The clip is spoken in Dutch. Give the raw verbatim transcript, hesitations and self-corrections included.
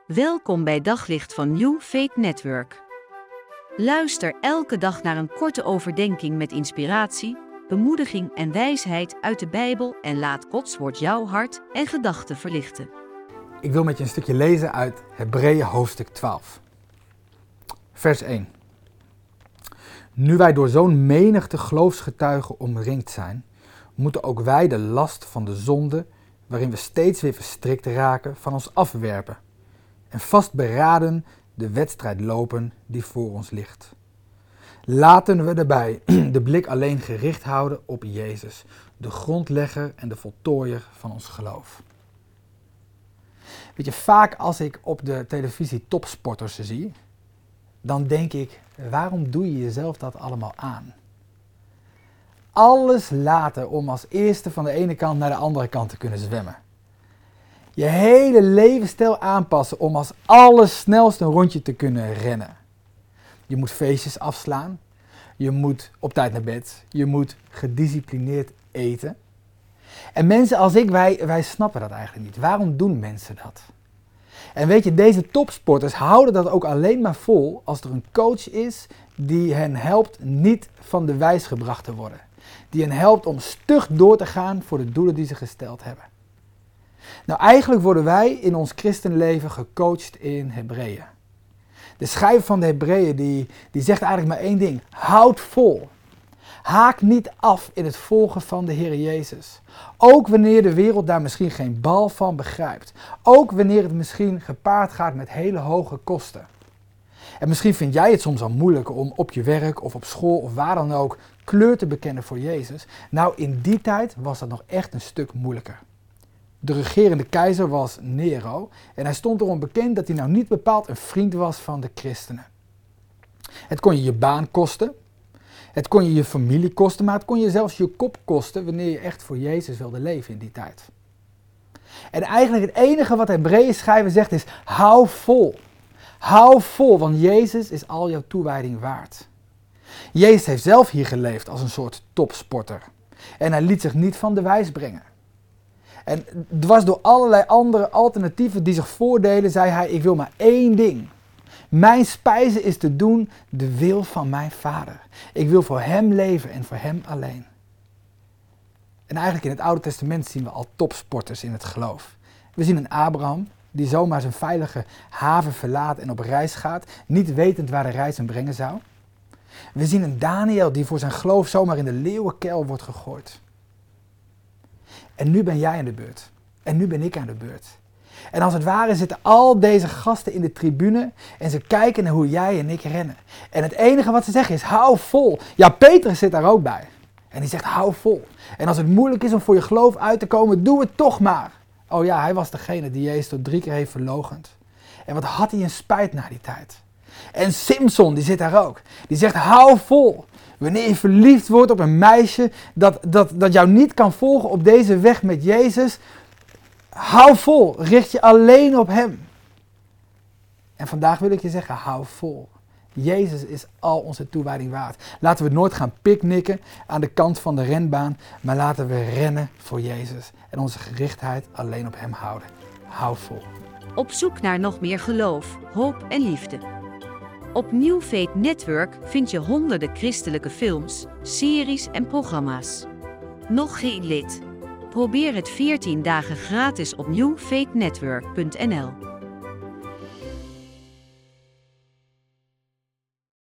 Welkom bij Daglicht van New Faith Network. Luister elke dag naar een korte overdenking met inspiratie, bemoediging en wijsheid uit de Bijbel en laat Gods woord jouw hart en gedachten verlichten. Ik wil met je een stukje lezen uit Hebreeën hoofdstuk twaalf. Vers één. Nu wij door zo'n menigte geloofsgetuigen omringd zijn, moeten ook wij de last van de zonde, waarin we steeds weer verstrikt raken, van ons afwerpen. En vastberaden de wedstrijd lopen die voor ons ligt. Laten we daarbij de blik alleen gericht houden op Jezus, de grondlegger en de voltooier van ons geloof. Weet je, vaak als ik op de televisie topsporters zie, dan denk ik, waarom doe je jezelf dat allemaal aan? Alles laten om als eerste van de ene kant naar de andere kant te kunnen zwemmen. Je hele levensstijl aanpassen om als allersnelst een rondje te kunnen rennen. Je moet feestjes afslaan. Je moet op tijd naar bed. Je moet gedisciplineerd eten. En mensen als ik, wij, wij snappen dat eigenlijk niet. Waarom doen mensen dat? En weet je, deze topsporters houden dat ook alleen maar vol als er een coach is die hen helpt niet van de wijs gebracht te worden. Die hen helpt om stug door te gaan voor de doelen die ze gesteld hebben. Nou, eigenlijk worden wij in ons christenleven gecoacht in Hebreeën. De schrijver van de Hebreeën die, die zegt eigenlijk maar één ding. Houd vol. Haak niet af in het volgen van de Heer Jezus. Ook wanneer de wereld daar misschien geen bal van begrijpt. Ook wanneer het misschien gepaard gaat met hele hoge kosten. En misschien vind jij het soms al moeilijk om op je werk of op school of waar dan ook kleur te bekennen voor Jezus. Nou, in die tijd was dat nog echt een stuk moeilijker. De regerende keizer was Nero en hij stond erom bekend dat hij nou niet bepaald een vriend was van de christenen. Het kon je je baan kosten, het kon je je familie kosten, maar het kon je zelfs je kop kosten wanneer je echt voor Jezus wilde leven in die tijd. En eigenlijk het enige wat Hebreeën schrijver zegt is, hou vol. Hou vol, want Jezus is al jouw toewijding waard. Jezus heeft zelf hier geleefd als een soort topsporter en hij liet zich niet van de wijs brengen. En dwars door allerlei andere alternatieven die zich voordeden, zei hij, ik wil maar één ding. Mijn spijze is te doen de wil van mijn Vader. Ik wil voor hem leven en voor hem alleen. En eigenlijk in het Oude Testament zien we al topsporters in het geloof. We zien een Abraham die zomaar zijn veilige haven verlaat en op reis gaat, niet wetend waar de reis hem brengen zou. We zien een Daniel die voor zijn geloof zomaar in de leeuwenkuil wordt gegooid. En nu ben jij aan de beurt. En nu ben ik aan de beurt. En als het ware zitten al deze gasten in de tribune en ze kijken naar hoe jij en ik rennen. En het enige wat ze zeggen is, hou vol. Ja, Petrus zit daar ook bij. En die zegt, hou vol. En als het moeilijk is om voor je geloof uit te komen, doe het toch maar. Oh ja, hij was degene die Jezus tot drie keer heeft verloochend. En wat had hij een spijt na die tijd. En Simson, die zit daar ook. Die zegt, hou vol. Wanneer je verliefd wordt op een meisje dat, dat, dat jou niet kan volgen op deze weg met Jezus, hou vol, richt je alleen op hem. En vandaag wil ik je zeggen, hou vol. Jezus is al onze toewijding waard. Laten we nooit gaan picknicken aan de kant van de renbaan, maar laten we rennen voor Jezus en onze gerichtheid alleen op hem houden. Hou vol. Op zoek naar nog meer geloof, hoop en liefde. Op New Faith Network vind je honderden christelijke films, series en programma's. Nog geen lid? Probeer het veertien dagen gratis op new faith network punt n l.